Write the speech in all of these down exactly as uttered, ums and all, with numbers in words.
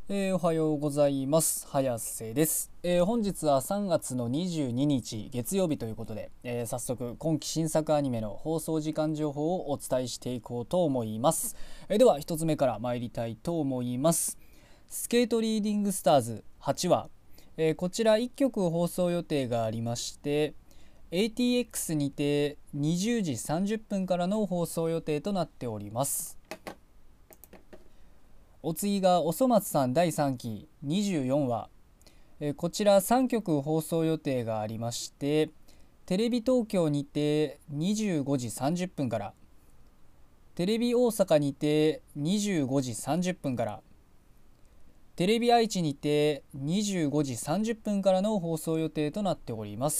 えーおはようございます。早瀬です。えー本日はさんがつのにじゅうににち月曜日ということで、えー早速今期新作アニメの放送時間情報をお伝えしていこうと思います。えーではひとつめから参りたいと思います。スケートリーディングスターズはちわ、えーこちらいっきょく放送予定がありまして、エーティーエックス にてにじゅうじさんじゅっぷんからの放送予定となっております。お次がおそ松さんだいさんきにじゅうよんわ、えーこちらさんきょく放送予定がありまして、テレビ東京にてにじゅうごじさんじゅっぷんから、テレビ大阪にてにじゅうごじさんじゅっぷんから、テレビ愛知にてにじゅうごじさんじゅっぷんからの放送予定となっております。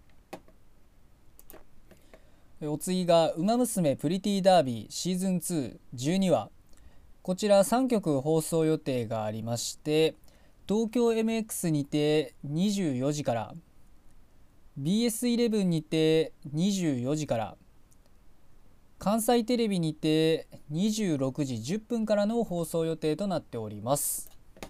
お次がウマ娘プリティダービーシーズンツーじゅうにわ、こちらさんきょく放送予定がありまして、東京 エムエックス にてにじゅうよじから、ビーエスイレブン にてにじゅうよじから、関西テレビにてにじゅうろくじじゅっぷんからの放送予定となっております。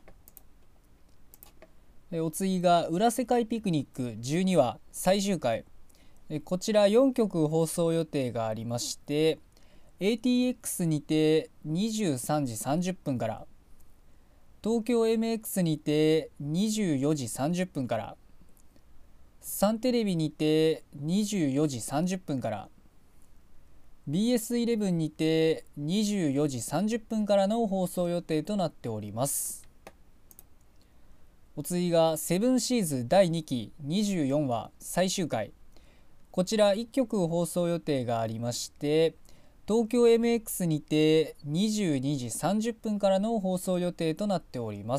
お次が裏世界ピクニックじゅうにわ最終回、こちらよんきょく放送予定がありまして、エーティーエックス にてにじゅうさんじさんじゅっぷんから、東京 エムエックス にてにじゅうよじさんじゅっぷんから、サンテレビにてにじゅうよじさんじゅっぷんから、ビーエスイレブン にてにじゅうよじさんじゅっぷんからの放送予定となっております。お次がセブンシーズだいにきにじゅうよんわ最終回、こちらいっきょく放送予定がありまして、東京 エムエックス にてにじゅうにじさんじゅっぷんからの放送予定となっております。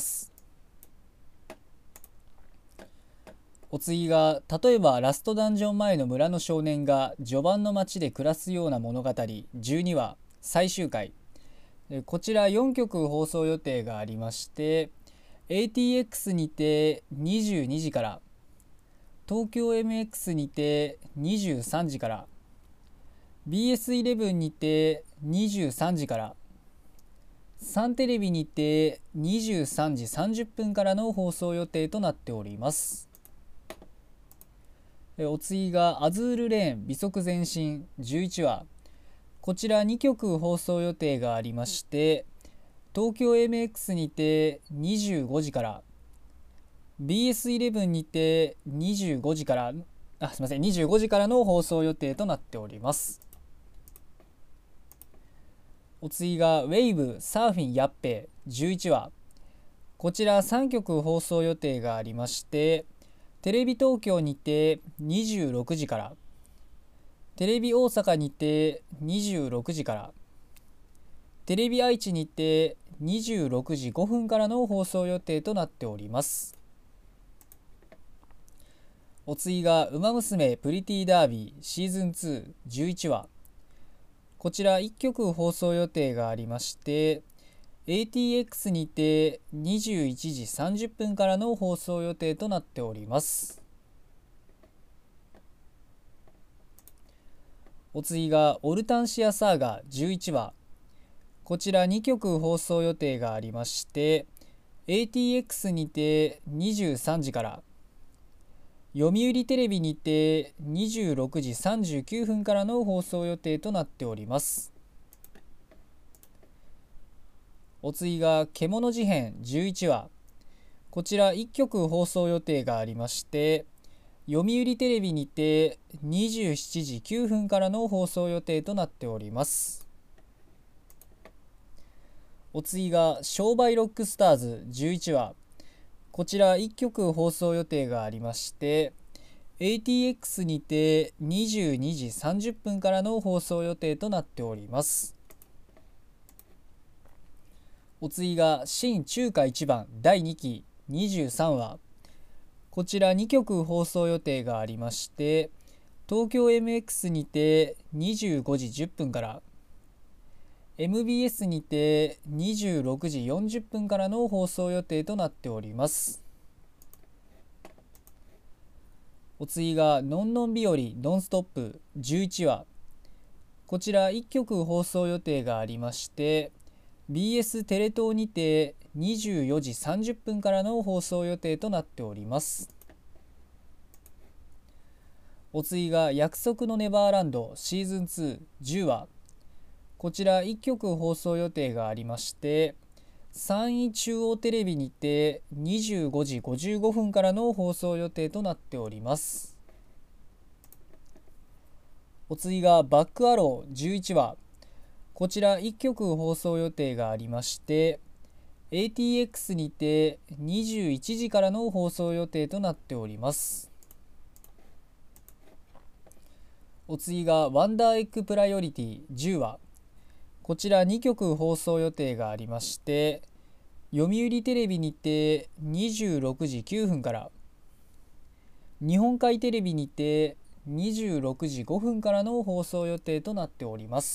お次が例えばラストダンジョン前の村の少年が序盤の町で暮らすような物語じゅうにわ最終回、こちらよんきょく放送予定がありまして、 エーティーエックス にてにじゅうにじから、東京 エムエックス にてにじゅうさんじから、 ビーエスイレブン にてにじゅうさんじから、サンテレビにてにじゅうさんじさんじゅっぷんからの放送予定となっております。お次がアズールレーン美足前進じゅういちわ、こちらにきょく放送予定がありまして、東京 エムエックス にてにじゅうごじから、 ビーエスイレブン にてにじゅうごじから、あすみませんにじゅうごじからの放送予定となっております。お次がウェイブサーフィンヤッペじゅういちわ、こちらさんきょく放送予定がありまして、テレビ東京にてにじゅうろくじから、テレビ大阪にてにじゅうろくじから、テレビ愛知にてにじゅうろくじごふんからの放送予定となっております。お次がウマ娘プリティダービーシーズンツーじゅういちわ、こちらいっきょく放送予定がありまして、エーティーエックス にてにじゅういちじさんじゅっぷんからの放送予定となっております。お次がオルタンシアサーガじゅういちわ、こちらにきょく放送予定がありまして、エーティーエックス にてにじゅうさんじから、読売テレビにてにじゅうろくじさんじゅうきゅうふんからの放送予定となっております。お次が獣事変じゅういちわ、こちらいっきょく放送予定がありまして、読売テレビにてにじゅうしちじきゅうふんからの放送予定となっております。お次が商売ロックスターズじゅういちわ、こちらいっきょく放送予定がありまして、エーティーエックス にてにじゅうにじさんじゅっぷんからの放送予定となっております。お次が新中華一番だいにきにじゅうさんわ、こちらにきょく放送予定がありまして、東京 エムエックス にてにじゅうごじじゅっぷんから、エムビーエス にてにじゅうろくじよんじゅっぷんからの放送予定となっております。お次がのんのん日和ノンストップじゅういちわ、こちらいっきょく放送予定がありまして、 ビーエス テレ東にてにじゅうよじさんじゅっぷんからの放送予定となっております。お次が約束のネバーランドシーズンツーじゅうわ。こちらいっきょく放送予定がありまして、山陰中央テレビにてにじゅうごじごじゅうごふんからの放送予定となっております。お次がバックアローじゅういちわ。こちらいっきょく放送予定がありまして、エーティーエックス にてにじゅういちじからの放送予定となっております。お次がワンダーエッグプライオリティじゅうわ。こちらにきょく放送予定がありまして、読売テレビにてにじゅうろくじきゅうふんから、日本海テレビにてにじゅうろくじごふんからの放送予定となっております。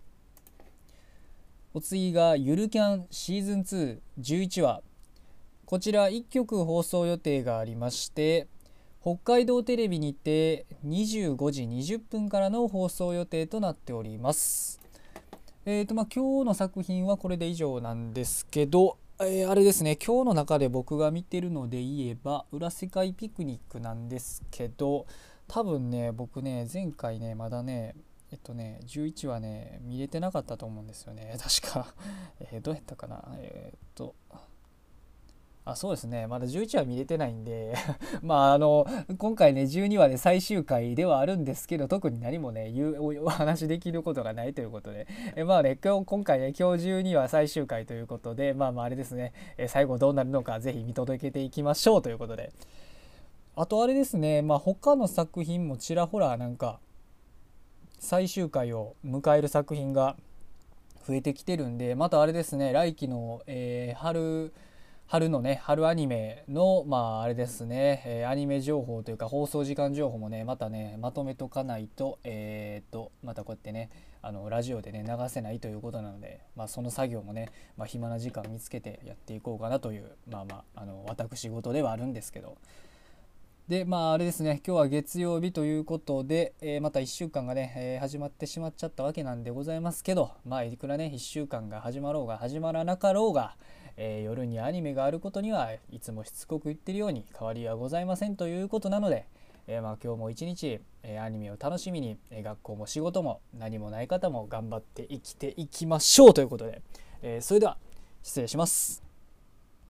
お次がゆるキャンシーズンツーじゅういちわ。こちらいっきょく放送予定がありまして、北海道テレビにてにじゅうごじにじゅっぷんからの放送予定となっております。えーとまあ今日の作品はこれで以上なんですけど、えー、あれですね、今日の中で僕が見てるので言えば裏世界ピクニックなんですけど、多分ね僕ね前回ねまだねえっとねじゅういちわね見れてなかったと思うんですよね、確か。えー、どうやったかな。えー、っとあそうですね、まだじゅういちわ見れてないんでまああの今回ねじゅうにわで最終回ではあるんですけど、特に何もね言うお話できることがないということで、えまあね今日今回ね今日じゅうにわ最終回ということで、まあまああれですね、え最後どうなるのかぜひ見届けていきましょうということで、あとあれですね、まあ他の作品もちらほらなんか最終回を迎える作品が増えてきてるんで、またあれですね、来期の、えー春春のね春アニメのまああれですね、えーアニメ情報というか放送時間情報もねまたねまとめとかないと、えーっとまたこうやってねあのラジオでね流せないということなので、まあ、その作業もね、まあ、暇な時間見つけてやっていこうかなという、まあまああの私事ではあるんですけど、でまああれですね、今日は月曜日ということで、えーまたいっしゅうかんがね、えー始まってしまっちゃったわけなんでございますけど、まあいくらねいっしゅうかんが始まろうが始まらなかろうが、えー夜にアニメがあることにはいつもしつこく言ってるように変わりはございませんということなので、えーまあ今日も一日、えーアニメを楽しみに、えー学校も仕事も何もない方も頑張って生きていきましょうということで、えーそれでは失礼します。